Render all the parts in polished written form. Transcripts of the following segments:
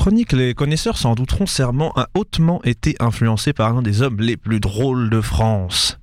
chronique, les connaisseurs s'en douteront, Serment a hautement été influencé par l'un des hommes les plus drôles de France.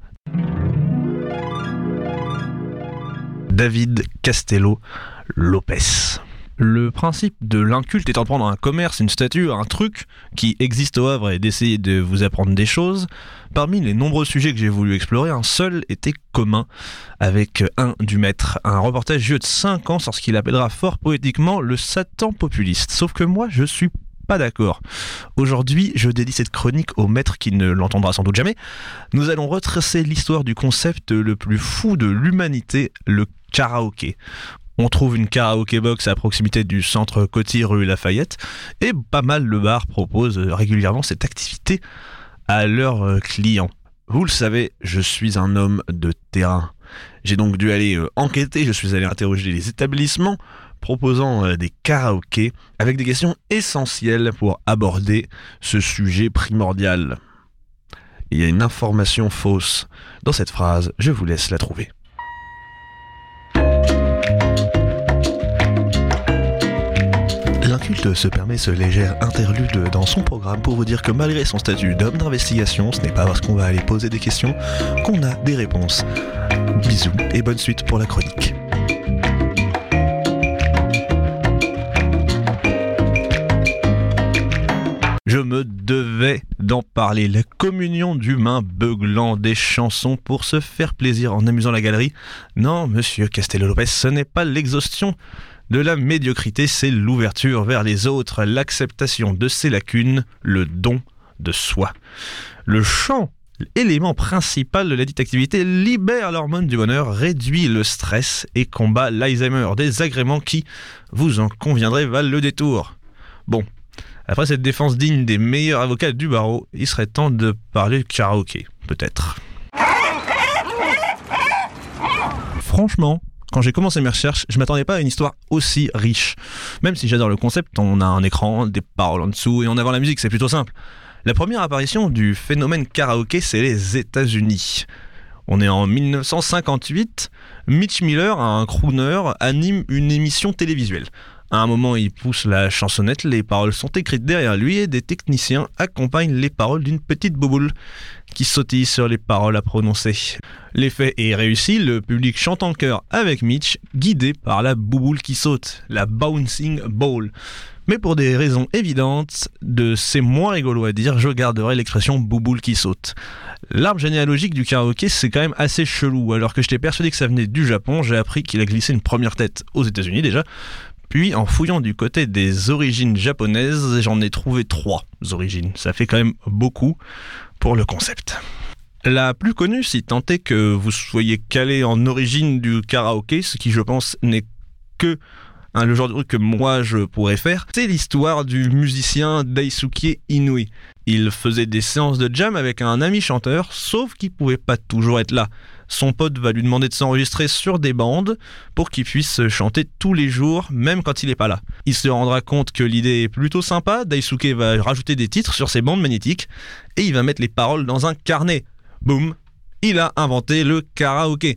David Castello Lopez. Le principe de l'inculte étant de prendre un commerce, une statue, un truc qui existe au Havre et d'essayer de vous apprendre des choses, parmi les nombreux sujets que j'ai voulu explorer, un seul était commun avec un du maître. Un reportage vieux de 5 ans sur ce qu'il appellera fort poétiquement le Satan populiste. Sauf que moi, je suis pas d'accord. Aujourd'hui, je dédie cette chronique au maître qui ne l'entendra sans doute jamais. Nous allons retracer l'histoire du concept le plus fou de l'humanité, le karaoké. On trouve une karaoké box à proximité du centre Coty rue Lafayette et pas mal de bars proposent régulièrement cette activité à leurs clients. Vous le savez, je suis un homme de terrain. J'ai donc dû aller enquêter, je suis allé interroger les établissements proposant des karaokés avec des questions essentielles pour aborder ce sujet primordial. Il y a une information fausse dans cette phrase, je vous laisse la trouver. L'inculte se permet ce léger interlude dans son programme pour vous dire que malgré son statut d'homme d'investigation, ce n'est pas parce qu'on va aller poser des questions qu'on a des réponses. Bisous et bonne suite pour la chronique. Je me devais d'en parler, la communion d'humains beuglant des chansons pour se faire plaisir en amusant la galerie. Non, monsieur Castello Lopez, ce n'est pas l'exhaustion de la médiocrité, c'est l'ouverture vers les autres, l'acceptation de ses lacunes, le don de soi. Le chant, l'élément principal de la dite activité, libère l'hormone du bonheur, réduit le stress et combat l'Alzheimer, des agréments qui, vous en conviendrez, valent le détour. Bon, après cette défense digne des meilleurs avocats du barreau, il serait temps de parler de karaoké, peut-être. Franchement, quand j'ai commencé mes recherches, je m'attendais pas à une histoire aussi riche. Même si j'adore le concept, on a un écran, des paroles en dessous et en avant la musique, c'est plutôt simple. La première apparition du phénomène karaoké, c'est les États-Unis. On est en 1958, Mitch Miller, un crooner, anime une émission télévisuelle. À un moment, il pousse la chansonnette, les paroles sont écrites derrière lui et des techniciens accompagnent les paroles d'une petite bouboule qui sautille sur les paroles à prononcer. L'effet est réussi, le public chante en chœur avec Mitch, guidé par la bouboule qui saute, la bouncing ball. Mais pour des raisons évidentes, c'est moins rigolo à dire, je garderai l'expression bouboule qui saute. L'arbre généalogique du karaoké, c'est quand même assez chelou. Alors que j'étais persuadé que ça venait du Japon, j'ai appris qu'il a glissé une première tête aux États-Unis déjà. Puis, en fouillant du côté des origines japonaises, j'en ai trouvé 3 origines. Ça fait quand même beaucoup pour le concept. La plus connue, si tant est que vous soyez calé en origine du karaoké, ce qui je pense n'est que le genre de truc que moi je pourrais faire, c'est l'histoire du musicien Daisuke Inui. Il faisait des séances de jam avec un ami chanteur, sauf qu'il pouvait pas toujours être là. Son pote va lui demander de s'enregistrer sur des bandes pour qu'il puisse chanter tous les jours, même quand il est pas là. Il se rendra compte que l'idée est plutôt sympa, Daisuke va rajouter des titres sur ses bandes magnétiques et il va mettre les paroles dans un carnet. Boum, il a inventé le karaoké.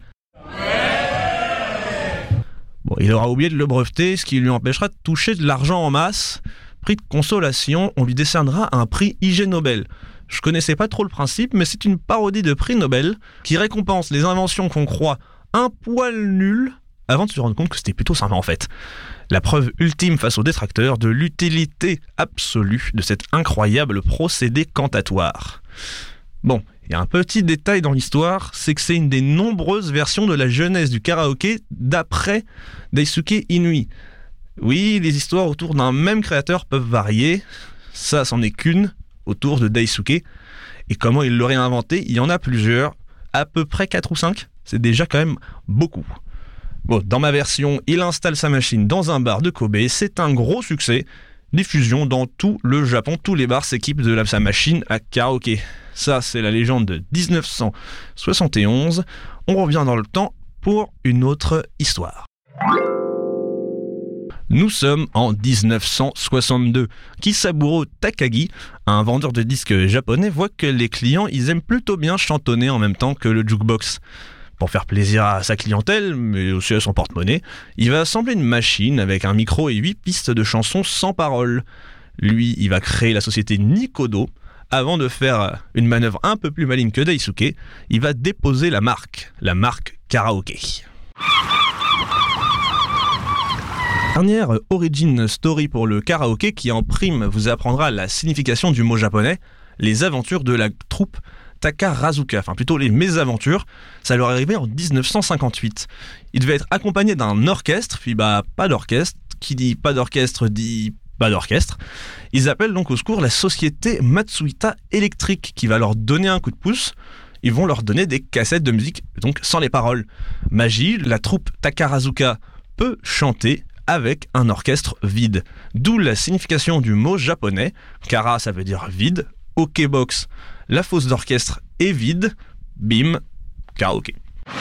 Bon, il aura oublié de le breveter, ce qui lui empêchera de toucher de l'argent en masse. Prix de consolation, on lui décernera un prix IG Nobel. Je connaissais pas trop le principe, mais c'est une parodie de prix Nobel qui récompense les inventions qu'on croit un poil nulles avant de se rendre compte que c'était plutôt sympa en fait. La preuve ultime face aux détracteurs de l'utilité absolue de cet incroyable procédé cantatoire. Bon, il y a un petit détail dans l'histoire, c'est que c'est une des nombreuses versions de la genèse du karaoké d'après Daisuke Inui. Oui, les histoires autour d'un même créateur peuvent varier, ça c'en est qu'une, autour de Daisuke. Et comment il l'aurait inventé, il y en a plusieurs, à peu près 4 ou 5, c'est déjà quand même beaucoup. Bon, dans ma version, il installe sa machine dans un bar de Kobe, c'est un gros succès. Diffusion dans tout le Japon, tous les bars s'équipent de sa machine à karaoké. Ça, c'est la légende de 1971. On revient dans le temps pour une autre histoire. Nous sommes en 1962. Kisaburo Takagi, un vendeur de disques japonais, voit que les clients ils aiment plutôt bien chantonner en même temps que le jukebox. Pour faire plaisir à sa clientèle, mais aussi à son porte-monnaie, il va assembler une machine avec un micro et 8 pistes de chansons sans paroles. Lui, il va créer la société Nikodo. Avant de faire une manœuvre un peu plus maligne que Daisuke, il va déposer la marque karaoké. Dernière origin story pour le karaoké qui en prime vous apprendra la signification du mot japonais, les aventures de la troupe Takarazuka, enfin plutôt les mésaventures, ça leur est arrivé en 1958. Il devait être accompagné d'un orchestre, puis pas d'orchestre, qui dit pas d'orchestre dit pas d'orchestre. Ils appellent donc au secours la société Matsuhita Electric qui va leur donner un coup de pouce. Ils vont leur donner des cassettes de musique, donc sans les paroles. Magie, la troupe Takarazuka peut chanter avec un orchestre vide. D'où la signification du mot japonais. Kara, ça veut dire vide. Okebox, la fosse d'orchestre est vide. Bim, karaoké.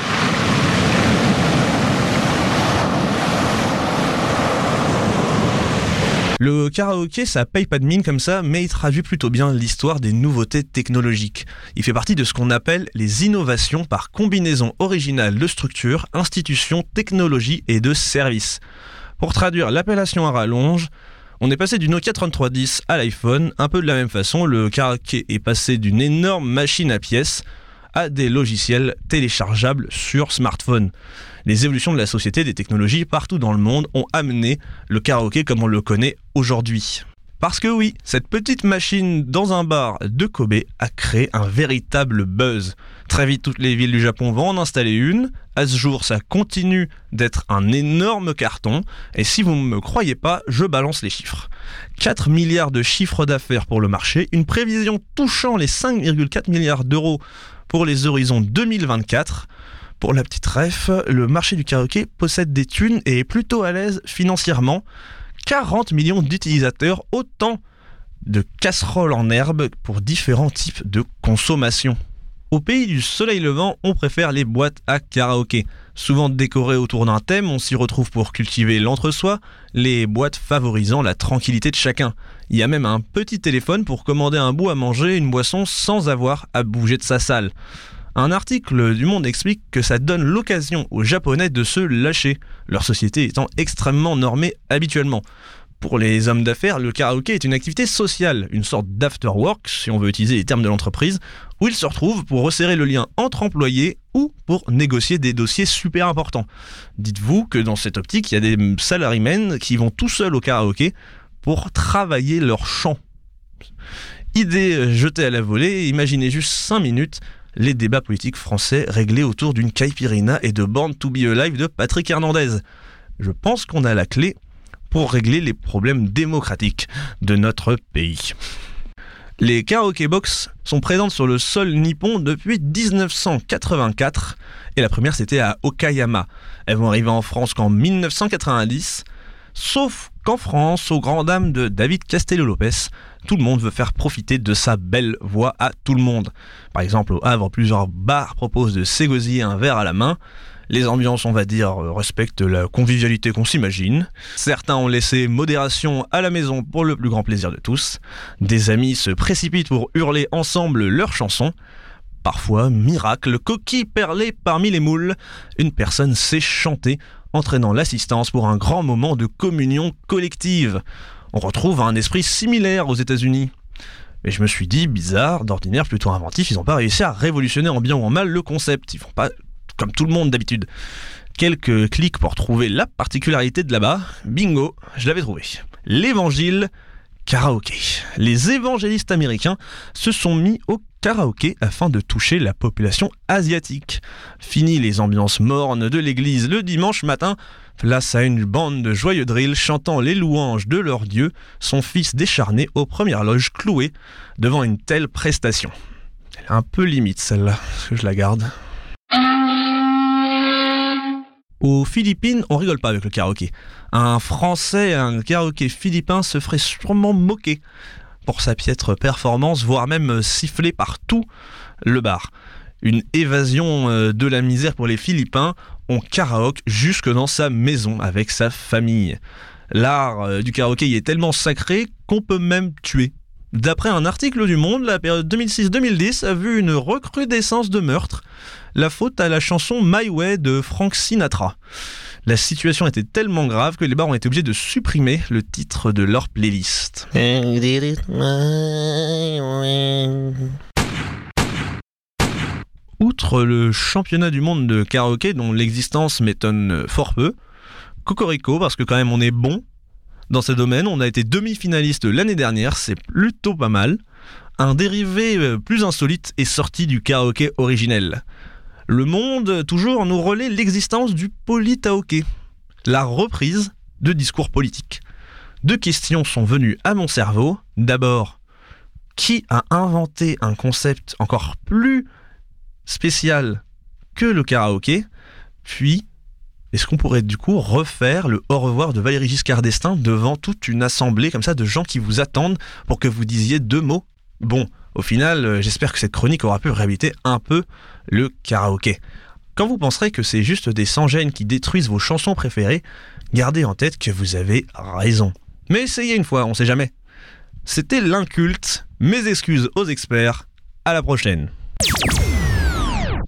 Le karaoké, ça paye pas de mine comme ça, mais il traduit plutôt bien l'histoire des nouveautés technologiques. Il fait partie de ce qu'on appelle les innovations par combinaison originale de structures, institutions, technologies et de services. Pour traduire l'appellation à rallonge, on est passé du Nokia 3310 à l'iPhone. Un peu de la même façon, le karaoké est passé d'une énorme machine à pièces à des logiciels téléchargeables sur smartphone. Les évolutions de la société des technologies partout dans le monde ont amené le karaoké comme on le connaît aujourd'hui. Parce que oui, cette petite machine dans un bar de Kobe a créé un véritable buzz. Très vite, toutes les villes du Japon vont en installer une. À ce jour, ça continue d'être un énorme carton. Et si vous ne me croyez pas, je balance les chiffres. 4 milliards de chiffre d'affaires pour le marché, une prévision touchant les 5,4 milliards d'euros pour les horizons 2024. Pour la petite ref, le marché du karaoké possède des thunes et est plutôt à l'aise financièrement. 40 millions d'utilisateurs, autant de casseroles en herbe pour différents types de consommation. Au pays du soleil levant, on préfère les boîtes à karaoké. Souvent décorées autour d'un thème, on s'y retrouve pour cultiver l'entre-soi, les boîtes favorisant la tranquillité de chacun. Il y a même un petit téléphone pour commander un bout à manger, une boisson sans avoir à bouger de sa salle. Un article du Monde explique que ça donne l'occasion aux Japonais de se lâcher, leur société étant extrêmement normée habituellement. Pour les hommes d'affaires, le karaoké est une activité sociale, une sorte d'after-work, si on veut utiliser les termes de l'entreprise, où ils se retrouvent pour resserrer le lien entre employés ou pour négocier des dossiers super importants. Dites-vous que dans cette optique, il y a des salarymen qui vont tout seuls au karaoké pour travailler leur chant. Idée jetée à la volée, imaginez juste 5 minutes les débats politiques français réglés autour d'une caipirinha et de Born to be Alive de Patrick Hernandez. Je pense qu'on a la clé pour régler les problèmes démocratiques de notre pays. Les karaoké box sont présentes sur le sol nippon depuis 1984 et la première c'était à Okayama. Elles vont arriver en France qu'en 1990, sauf qu'en France, aux grandes dames de David Castello-Lopez, tout le monde veut faire profiter de sa belle voix à tout le monde. Par exemple, au Havre, plusieurs bars proposent de s'égosiller un verre à la main. Les ambiances, on va dire, respectent la convivialité qu'on s'imagine. Certains ont laissé modération à la maison pour le plus grand plaisir de tous. Des amis se précipitent pour hurler ensemble leurs chansons. Parfois, miracle, coquille perlée parmi les moules, une personne sait chanter, entraînant l'assistance pour un grand moment de communion collective. On retrouve un esprit similaire aux États-Unis. Mais je me suis dit, bizarre, d'ordinaire plutôt inventif, ils n'ont pas réussi à révolutionner en bien ou en mal le concept. Ils font pas comme tout le monde d'habitude. Quelques clics pour trouver la particularité de là-bas. Bingo, je l'avais trouvé. L'évangile karaoké. Les évangélistes américains se sont mis au karaoké afin de toucher la population asiatique. Fini les ambiances mornes de l'église le dimanche matin, place à une bande de joyeux drills chantant les louanges de leur Dieu, son fils décharné aux premières loges clouées devant une telle prestation. Elle est un peu limite celle-là, parce que je la garde. Aux Philippines, on rigole pas avec le karaoké. Un Français à un karaoké philippin se ferait sûrement moquer pour sa piètre performance, voire même siffler par tout le bar. Une évasion de la misère pour les Philippins, on karaoke jusque dans sa maison avec sa famille. L'art du karaoké y est tellement sacré qu'on peut même tuer. D'après un article du Monde, la période 2006-2010 a vu une recrudescence de meurtres. La faute à la chanson My Way de Frank Sinatra. La situation était tellement grave que les bars ont été obligés de supprimer le titre de leur playlist. Outre le championnat du monde de karaoké dont l'existence m'étonne fort peu, cocorico parce que quand même on est bon dans ce domaine, on a été demi-finaliste l'année dernière, c'est plutôt pas mal. Un dérivé plus insolite est sorti du karaoké originel. Le Monde, toujours, nous relaie l'existence du politaoké, la reprise de discours politiques. 2 questions sont venues à mon cerveau. D'abord, qui a inventé un concept encore plus spécial que le karaoké? Puis, est-ce qu'on pourrait du coup refaire le au revoir de Valéry Giscard d'Estaing devant toute une assemblée comme ça de gens qui vous attendent pour que vous disiez 2 mots? Bon, au final, j'espère que cette chronique aura pu réhabiliter un peu le karaoké. Quand vous penserez que c'est juste des sans-gênes qui détruisent vos chansons préférées, gardez en tête que vous avez raison. Mais essayez une fois, on sait jamais. C'était l'Inculte, mes excuses aux experts, à la prochaine.